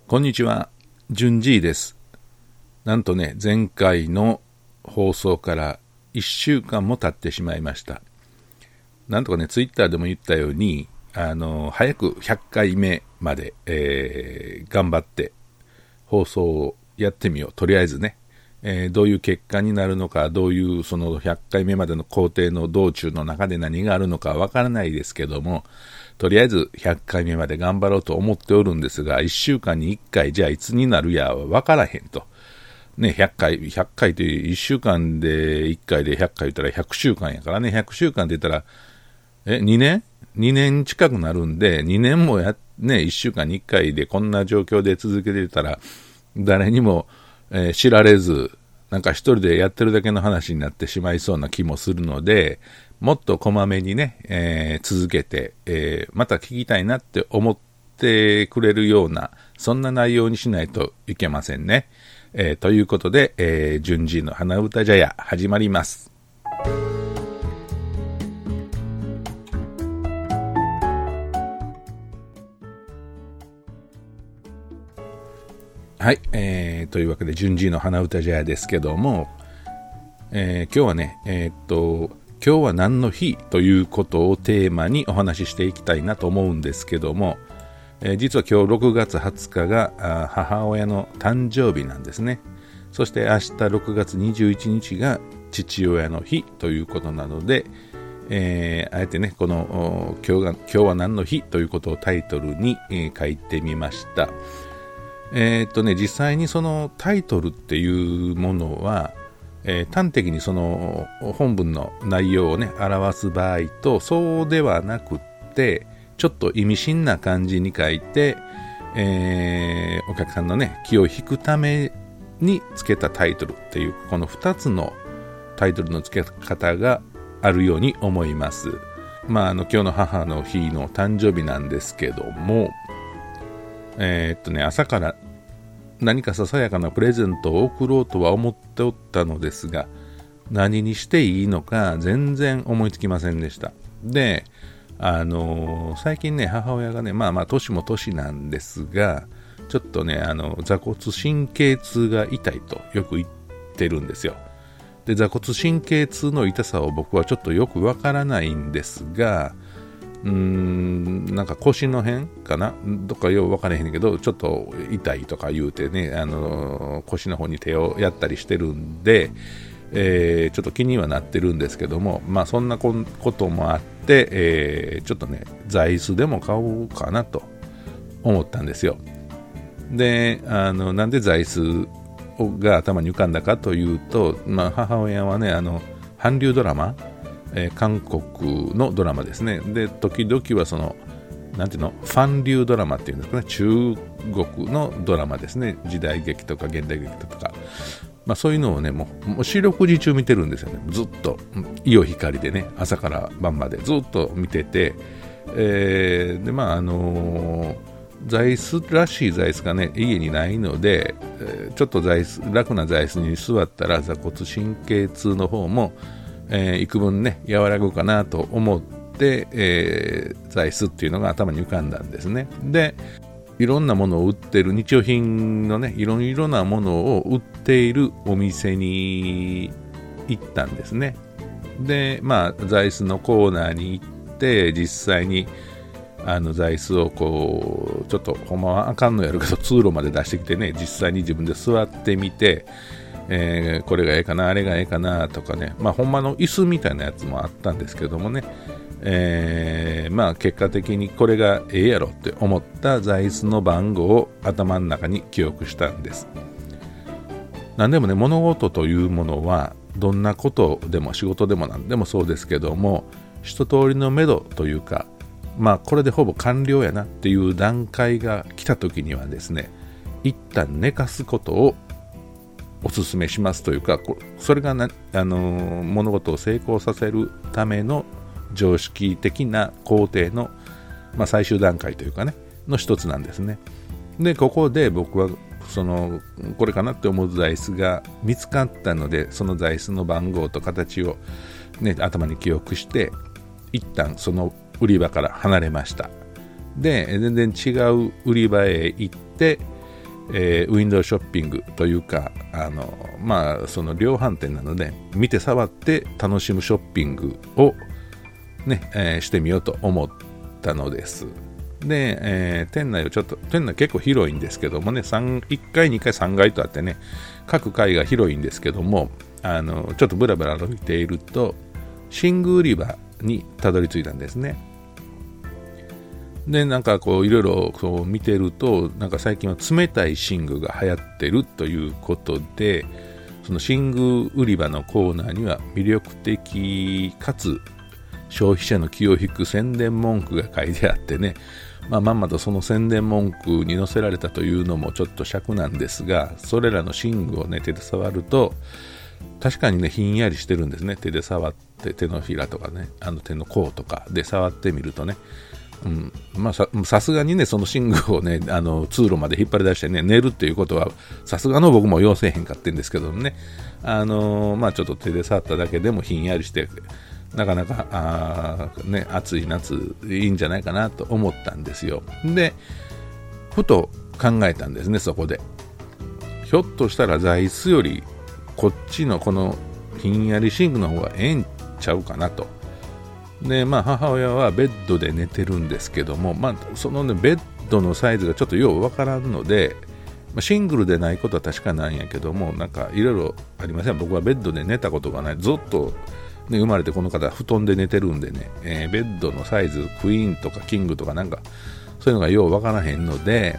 こんにちは、順次です。なんとね、前回の放送から1週間も経ってしまいました。なんとかね、ツイッターでも言ったように、早く100回目まで、頑張って放送をやってみよう。とりあえずね、どういう結果になるのか、どういうその100回目までの工程の道中の中で何があるのかわからないですけども、とりあえず100回目まで頑張ろうと思っておるんですが、1週間に1回じゃあいつになるやわからへんと。ね、100回という1週間で1回で100回言ったら100週間やからね、100週間って言ったら、2年 ?2 年近くなるんで、2年も1週間に1回でこんな状況で続けてたら、誰にも、知られず、なんか一人でやってるだけの話になってしまいそうな気もするので、もっとこまめにね、続けて、また聞きたいなって思ってくれるような、そんな内容にしないといけませんね。ということで、順次の花歌茶屋始まります。はい、というわけで順次の花歌茶屋ですけども、今日はね、今日は何の日ということをテーマにお話ししていきたいなと思うんですけども、実は今日6月20日が母親の誕生日なんですね。そして明日6月21日が父親の日ということなので、あえてねこの今日は何の日ということをタイトルに、書いてみました。実際にそのタイトルっていうものは、端的にその本文の内容をね表す場合とそうではなくってちょっと意味深な感じに書いて、お客さんのね気を引くためにつけたタイトルっていうこの2つのタイトルの付け方があるように思います。今日の母の日の誕生日なんですけども、朝から何かささやかなプレゼントを贈ろうとは思っておったのですが、何にしていいのか全然思いつきませんでした。で、最近ね母親がね年も年なんですが、ちょっとね座骨神経痛が痛いとよく言ってるんですよ。で、座骨神経痛の痛さを僕はちょっとよくわからないんですが、なんか腰の辺かな、どっかよう分からへんけどちょっと痛いとか言うてね、腰の方に手をやったりしてるんで、ちょっと気にはなってるんですけども、そんなこともあって、ちょっとね座椅子でも買おうかなと思ったんですよ。で、なんで座椅子が頭に浮かんだかというと、母親はね韓流ドラマ、韓国のドラマですね。で、時々はそのなんていうのファン流ドラマっていうんですかね、中国のドラマですね、時代劇とか現代劇とか、そういうのをねもう四六時中見てるんですよね。ずっと伊予光でね朝から晩までずっと見てて、で座椅子らしい座椅子がね家にないので、ちょっと楽な座椅子に座ったら座骨神経痛の方も、幾分ね和らぐかなと思って、座椅子っていうのが頭に浮かんだんですね。で、いろんなものを売ってる日用品のねいろいろなものを売っているお店に行ったんですね。で、座椅子のコーナーに行って実際に座椅子をこうちょっとほんまはあかんのやるけど通路まで出してきてね、実際に自分で座ってみて、これがええかなあれがええかなとかね、ほんまの椅子みたいなやつもあったんですけどもね、結果的にこれがええやろって思った座椅子の番号を頭の中に記憶したんです。何でもね物事というものはどんなことでも仕事でも何でもそうですけども、一通りの目処というかこれでほぼ完了やなっていう段階が来た時にはですね、一旦寝かすことをお勧めしますというか、それが物事を成功させるための常識的な工程の、最終段階というかねの一つなんですね。で、ここで僕はこれかなって思う座椅子が見つかったので、その座椅子の番号と形を、頭に記憶して一旦その売り場から離れました。で、全然違う売り場へ行って、 ウィンドウショッピングというかその量販店なので見て触って楽しむショッピングを、ねしてみようと思ったのです。で、店内結構広いんですけどもね、1階2階3階とあってね、各階が広いんですけども、ちょっとブラブラ歩いていると寝具売り場にたどり着いたんですね。でなんかこういろいろこう見てると、なんか最近は冷たい寝具が流行ってるということで、その寝具売り場のコーナーには魅力的かつ消費者の気を引く宣伝文句が書いてあってね、まんまとその宣伝文句に載せられたというのもちょっと尺なんですが、それらの寝具をね手で触ると確かにねひんやりしてるんですね。手で触って、手のひらとかね、手の甲とかで触ってみるとね、さすがにねその寝具をね通路まで引っ張り出してね寝るっていうことはさすがの僕も要せへんかってんですけどね、ちょっと手で触っただけでもひんやりしてなかなか暑い夏いいんじゃないかなと思ったんですよ。でふと考えたんですね。そこでひょっとしたら座椅子よりこっちのこのひんやり寝具の方がええんちゃうかなと。で母親はベッドで寝てるんですけども、そのねベッドのサイズがちょっとようわからんので、シングルでないことは確かなんやけども、なんかいろいろありません。僕はベッドで寝たことがない。ずっと生まれてこの方布団で寝てるんでね、ベッドのサイズクイーンとかキングとかなんかそういうのがようわからへんので、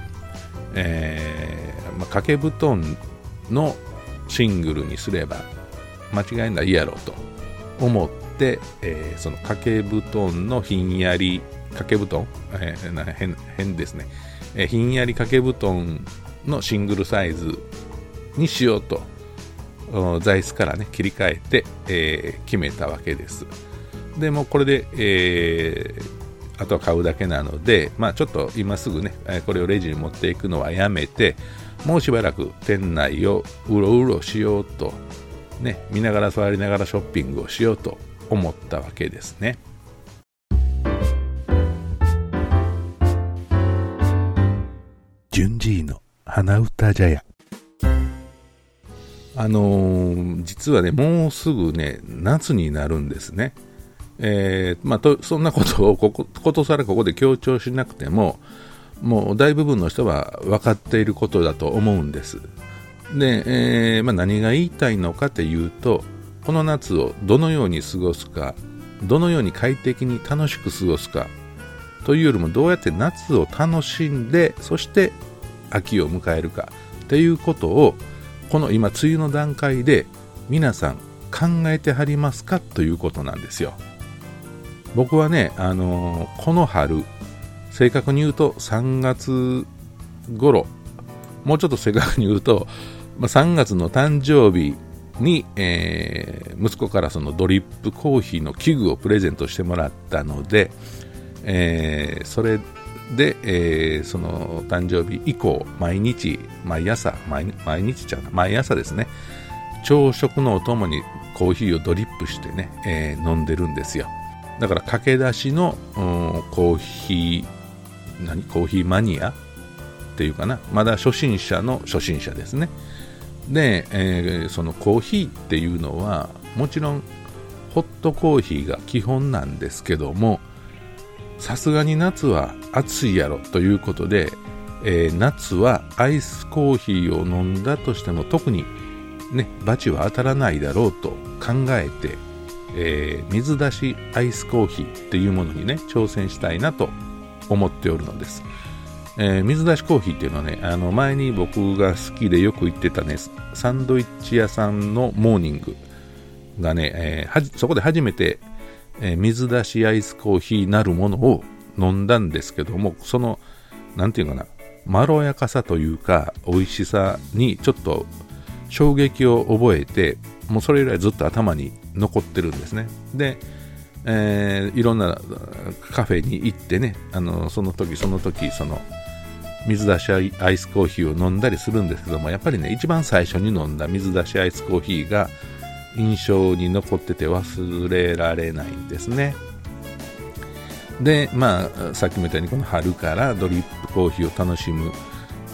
掛け布団のシングルにすれば間違いないやろうと思って、その掛け布団のひんやり掛け布団、変ですね、ひんやり掛け布団のシングルサイズにしようと座椅子からね切り替えて、決めたわけです。でもうこれで、あとは買うだけなので、ちょっと今すぐねこれをレジに持っていくのはやめて、もうしばらく店内をうろうろしようとね、見ながら座りながらショッピングをしようと思ったわけですね。順次の花歌茶屋、実はねもうすぐね夏になるんですね。そんなことをことさらここで強調しなくても、もう大部分の人は分かっていることだと思うんです。で、何が言いたいのかというと、この夏をどのように過ごすか、どのように快適に楽しく過ごすかというよりも、どうやって夏を楽しんでそして秋を迎えるかということを、この今梅雨の段階で皆さん考えてはりますかということなんですよ。僕はね、この春、正確に言うと3月頃、もうちょっと正確に言うと、3月の誕生日に、息子からそのドリップコーヒーの器具をプレゼントしてもらったので、それで、その誕生日以降毎朝ですね、朝食のお供にコーヒーをドリップしてね、飲んでるんですよ。だから駆け出しのコーヒーマニアっていうかな、まだ初心者の初心者ですね。で、そのコーヒーっていうのはもちろんホットコーヒーが基本なんですけども、さすがに夏は暑いやろということで、夏はアイスコーヒーを飲んだとしても特にね罰は当たらないだろうと考えて、水出しアイスコーヒーっていうものにね挑戦したいなと思っておるのです。水出しコーヒーっていうのはね、前に僕が好きでよく行ってたねサンドイッチ屋さんのモーニングがね、そこで初めて、水出しアイスコーヒーなるものを飲んだんですけども、そのなんていうかな、まろやかさというか美味しさにちょっと衝撃を覚えて、もうそれ以来ずっと頭に残ってるんですね。で、いろんなカフェに行ってね、その時その水出しアイスコーヒーを飲んだりするんですけども、やっぱりね一番最初に飲んだ水出しアイスコーヒーが印象に残ってて忘れられないんですね。でさっきも言ったようにこの春からドリップコーヒーを楽しむ、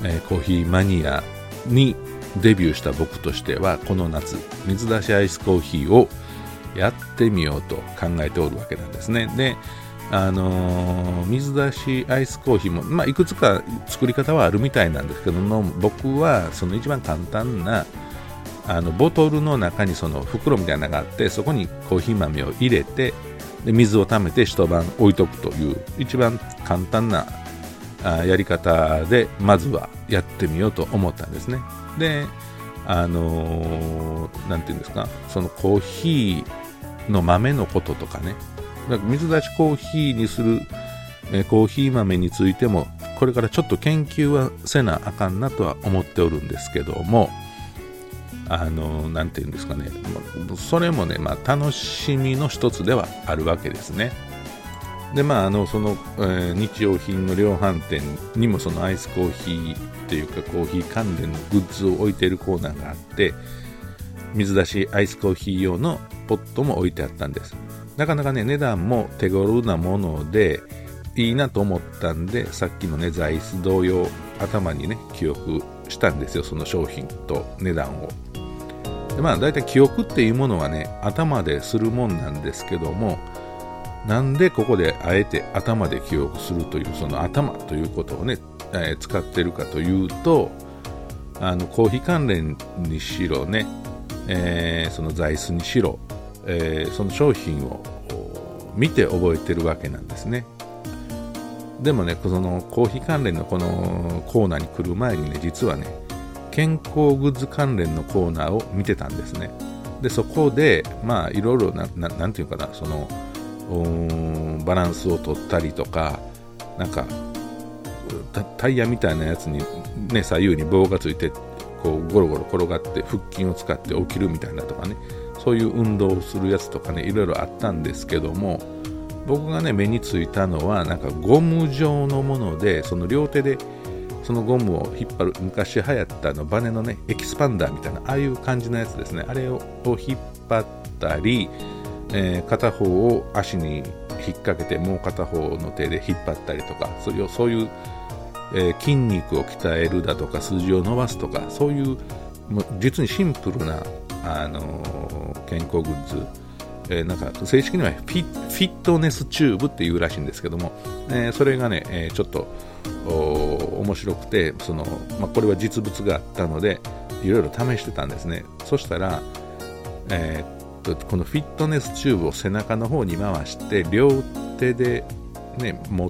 コーヒーマニアにデビューした僕としては、この夏水出しアイスコーヒーをやってみようと考えておるわけなんですね。で、水出しアイスコーヒーも、いくつか作り方はあるみたいなんですけども、僕はその一番簡単なボトルの中にその袋みたいなのがあって、そこにコーヒー豆を入れて、で水を溜めて一晩置いとくという一番簡単なやり方で、まずはやってみようと思ったんですね。で、なんていうんですか、そのコーヒーの豆のこととかね、水出しコーヒーにする、コーヒー豆についてもこれからちょっと研究はせなあかんなとは思っておるんですけども、なんていうんですかね、それもね、楽しみの一つではあるわけですね。で、その、日用品の量販店にもそのアイスコーヒーっていうかコーヒー関連のグッズを置いているコーナーがあって、水出しアイスコーヒー用のポットも置いてあったんです。なかなかね、値段も手頃なものでいいなと思ったんで、さっきのね、座椅子同様頭にね記憶したんですよ、その商品と値段を。で、だいたい記憶っていうものはね、頭でするもんなんですけども、なんでここであえて頭で記憶するという、その頭ということをね、使ってるかというと、コーヒー関連にしろね、その座椅子にしろ、その商品を見て覚えてるわけなんですね。でもね、そのコーヒー関連のこのコーナーに来る前にね、実はね、健康グッズ関連のコーナーを見てたんですね。で、そこでいろいろなんていうかな、そのバランスを取ったりとか、なんかタイヤみたいなやつにね、左右に棒がついてこうゴロゴロ転がって腹筋を使って起きるみたいなとかね、そういう運動をするやつとかね、いろいろあったんですけども、僕がね目についたのはなんかゴム状のもので、その両手でそのゴムを引っ張る、昔流行ったバネのねエキスパンダーみたいな、ああいう感じのやつですね。あれを引っ張ったり、片方を足に引っ掛けてもう片方の手で引っ張ったりとか、そういう、筋肉を鍛えるだとか数字を伸ばすとか、そういう実にシンプルな、健康グッズ、なんか正式にはフィットネスチューブっていうらしいんですけども、それがね、ちょっと面白くて、これは実物があったのでいろいろ試してたんですね。そしたら、このフィットネスチューブを背中の方に回して両手で、ね、持って、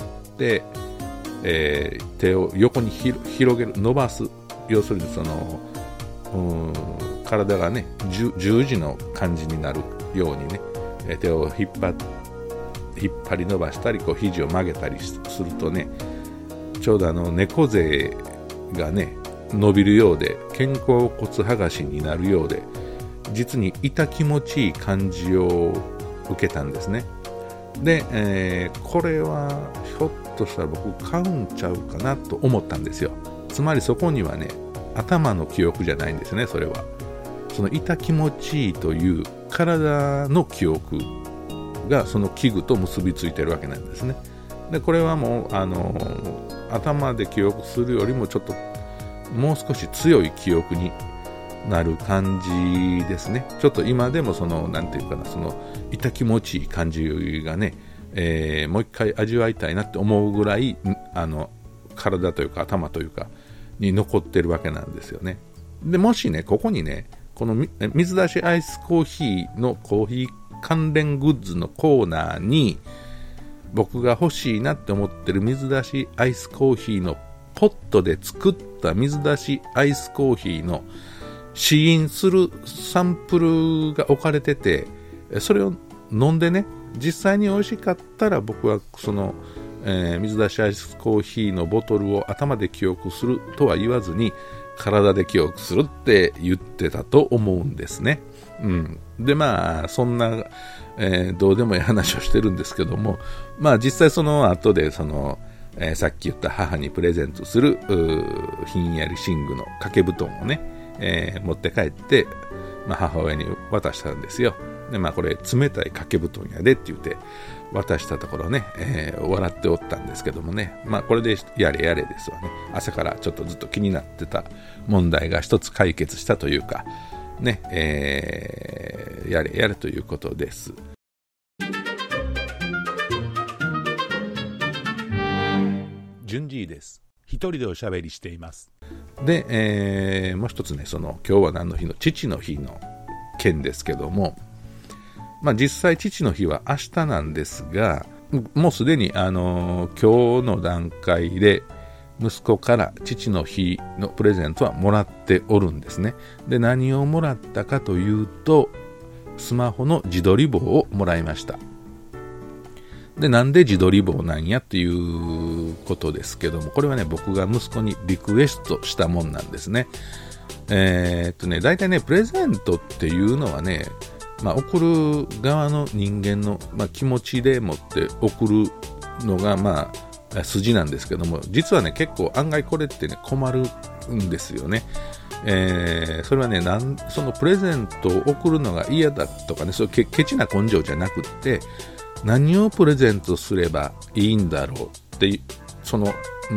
手を横に広げる、伸ばす、要するに体がね十字の感じになるようにね、手を引っ張り伸ばしたり、こう肘を曲げたりするとね、ちょうど猫背がね伸びるようで、肩甲骨剥がしになるようで、実に痛気持ちいい感じを受けたんですね。で、これはひょっとしたら僕買うんちゃうかなと思ったんですよ。つまりそこにはね、頭の記憶じゃないんですね。それはその痛気持ちいいという体の記憶がその器具と結びついてるわけなんですね。で、これはもう頭で記憶するよりもちょっともう少し強い記憶になる感じですね。ちょっと今でもなんていうかな、その痛気持ちいい感じがね、もう一回味わいたいなって思うぐらい体というか頭というかに残ってるわけなんですよね。で、もしね、ここにね、この水出しアイスコーヒーのコーヒー関連グッズのコーナーに、僕が欲しいなって思ってる水出しアイスコーヒーのポットで作った水出しアイスコーヒーの試飲するサンプルが置かれてて、それを飲んでね、実際に美味しかったら僕は水出しアイスコーヒーのボトルを頭で記憶するとは言わずに体で記憶するって言ってたと思うんですね。で、そんな、どうでもいい話をしてるんですけども、実際その後でさっき言った母にプレゼントするひんやり寝具の掛け布団をね、持って帰って、母親に渡したんですよ。 で、これ冷たい掛け布団やでって言って渡したところね、笑っておったんですけどもね、これでやれやれですわね。朝からちょっとずっと気になってた問題が一つ解決したというかね、やれやれということです。 順次です。一人でおしゃべりしています。 で、もう一つね、今日は何の日の父の日の件ですけども、実際父の日は明日なんですが、もうすでに今日の段階で息子から父の日のプレゼントはもらっておるんですね。で、何をもらったかというと、スマホの自撮り棒をもらいました。で、なんで自撮り棒なんやっていうことですけども、これはね、僕が息子にリクエストしたもんなんですね。大体ね、プレゼントっていうのはね、送る側の人間の、気持ちでもって送るのが筋なんですけども、実はね、結構案外これってね、困るんですよね。それはね、そのプレゼントを送るのが嫌だとかね、そういうケチな根性じゃなくって、何をプレゼントすればいいんだろうっていう、その考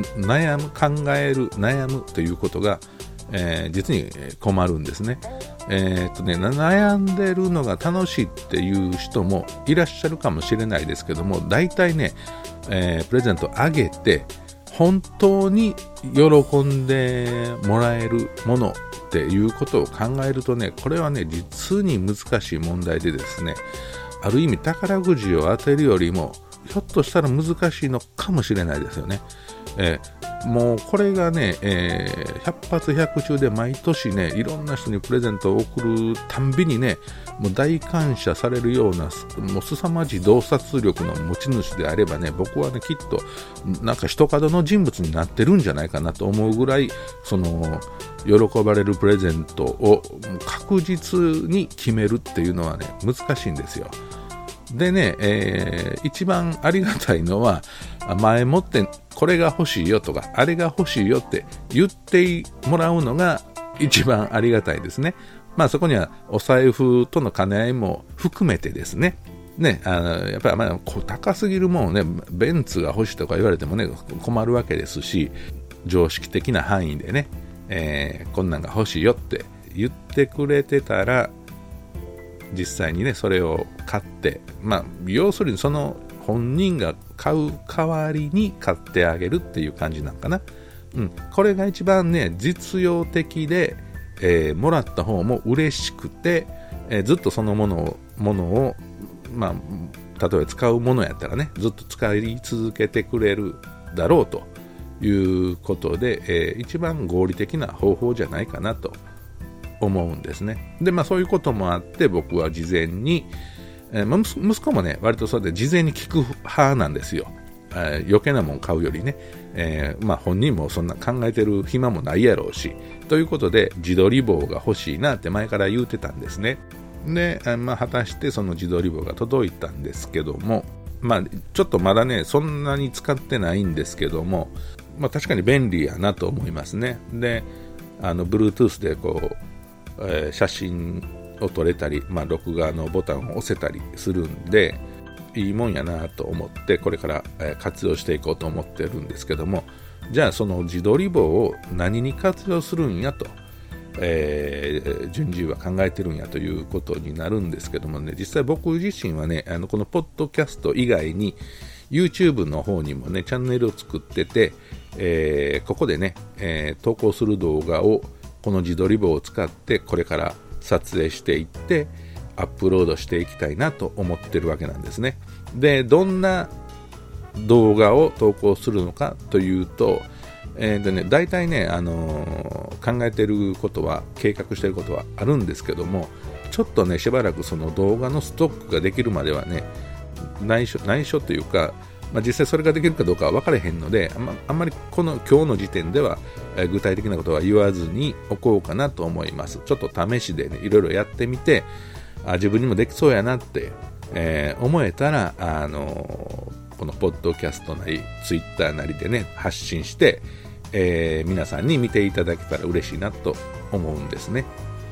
えむということが、実に困るんですね。悩んでるのが楽しいっていう人もいらっしゃるかもしれないですけども、大体ね、プレゼントあげて本当に喜んでもらえるものっていうことを考えるとね、これはね、実に難しい問題でですね、ある意味宝くじを当てるよりもひょっとしたら難しいのかもしれないですよね。もうこれがね、100発100中で毎年ね、いろんな人にプレゼントを送るたんびにね、もう大感謝されるような、もう凄まじい洞察力の持ち主であればね、僕はね、きっとなんか一角の人物になってるんじゃないかなと思うぐらい、喜ばれるプレゼントを確実に決めるっていうのはね、難しいんですよ。でね、一番ありがたいのは、前もってこれが欲しいよとかあれが欲しいよって言ってもらうのが一番ありがたいですね。そこにはお財布との兼ね合いも含めてですね。やっぱり高すぎるもんね、ベンツが欲しいとか言われてもね、困るわけですし、常識的な範囲でね、こんなんが欲しいよって言ってくれてたら、実際にね、それを買って、要するにその本人が買う代わりに買ってあげるっていう感じなんかな。これが一番ね、実用的で、もらった方も嬉しくて、ずっとそのものを、例えば使うものやったらね、ずっと使い続けてくれるだろうということで、一番合理的な方法じゃないかなと思うんですね。で、そういうこともあって僕は事前に、息子もね割とそうで事前に聞く派なんですよ。余計なもん買うよりね、本人もそんな考えてる暇もないやろうし、ということで自撮り棒が欲しいなって前から言うてたんですね。で、果たしてその自撮り棒が届いたんですけども、ちょっとまだねそんなに使ってないんですけども、確かに便利やなと思いますね。で、Bluetooth で写真を撮れたり、録画のボタンを押せたりするんでいいもんやなと思って、これから活用していこうと思ってるんですけども、じゃあその自撮り棒を何に活用するんやと、順次は考えてるんやということになるんですけどもね、実際僕自身はね、このポッドキャスト以外に YouTube の方にもねチャンネルを作ってて、ここでね、投稿する動画をこの自撮り棒を使ってこれから撮影していってアップロードしていきたいなと思ってるわけなんですね。で、どんな動画を投稿するのかというと、大体ね、考えてることは、計画してることはあるんですけども、ちょっとねしばらくその動画のストックができるまではね内緒というか、実際それができるかどうかは分からへんので、あんまり今日の時点では具体的なことは言わずにおこうかなと思います。ちょっと試しでねいろいろやってみて、自分にもできそうやなって、思えたらこのポッドキャストなりツイッターなりでね発信して、皆さんに見ていただけたら嬉しいなと思うんですね。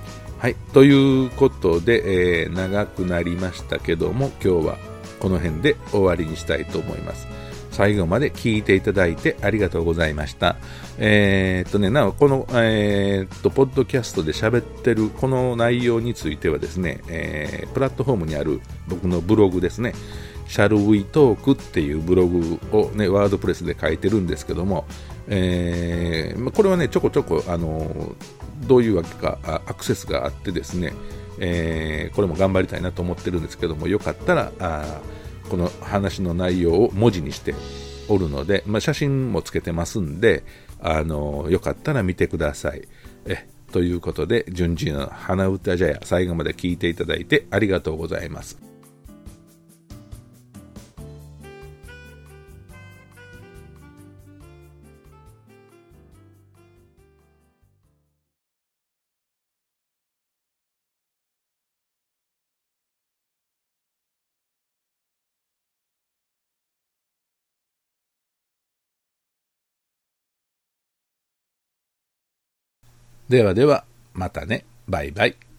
はい、ということで、長くなりましたけども、今日はこの辺で終わりにしたいと思います。最後まで聞いていただいてありがとうございました。なお、この、ポッドキャストで喋ってるこの内容についてはですね、プラットフォームにある僕のブログですね、Shall We Talk っていうブログをね、ワードプレスで書いてるんですけども、これはね、ちょこちょこ、どういうわけかアクセスがあってですね、これも頑張りたいなと思ってるんですけども、よかったらこの話の内容を文字にしておるので、写真もつけてますんで、よかったら見てください。ということで、順次の花歌茶屋、最後まで聞いていただいてありがとうございます。ではでは、またね。バイバイ。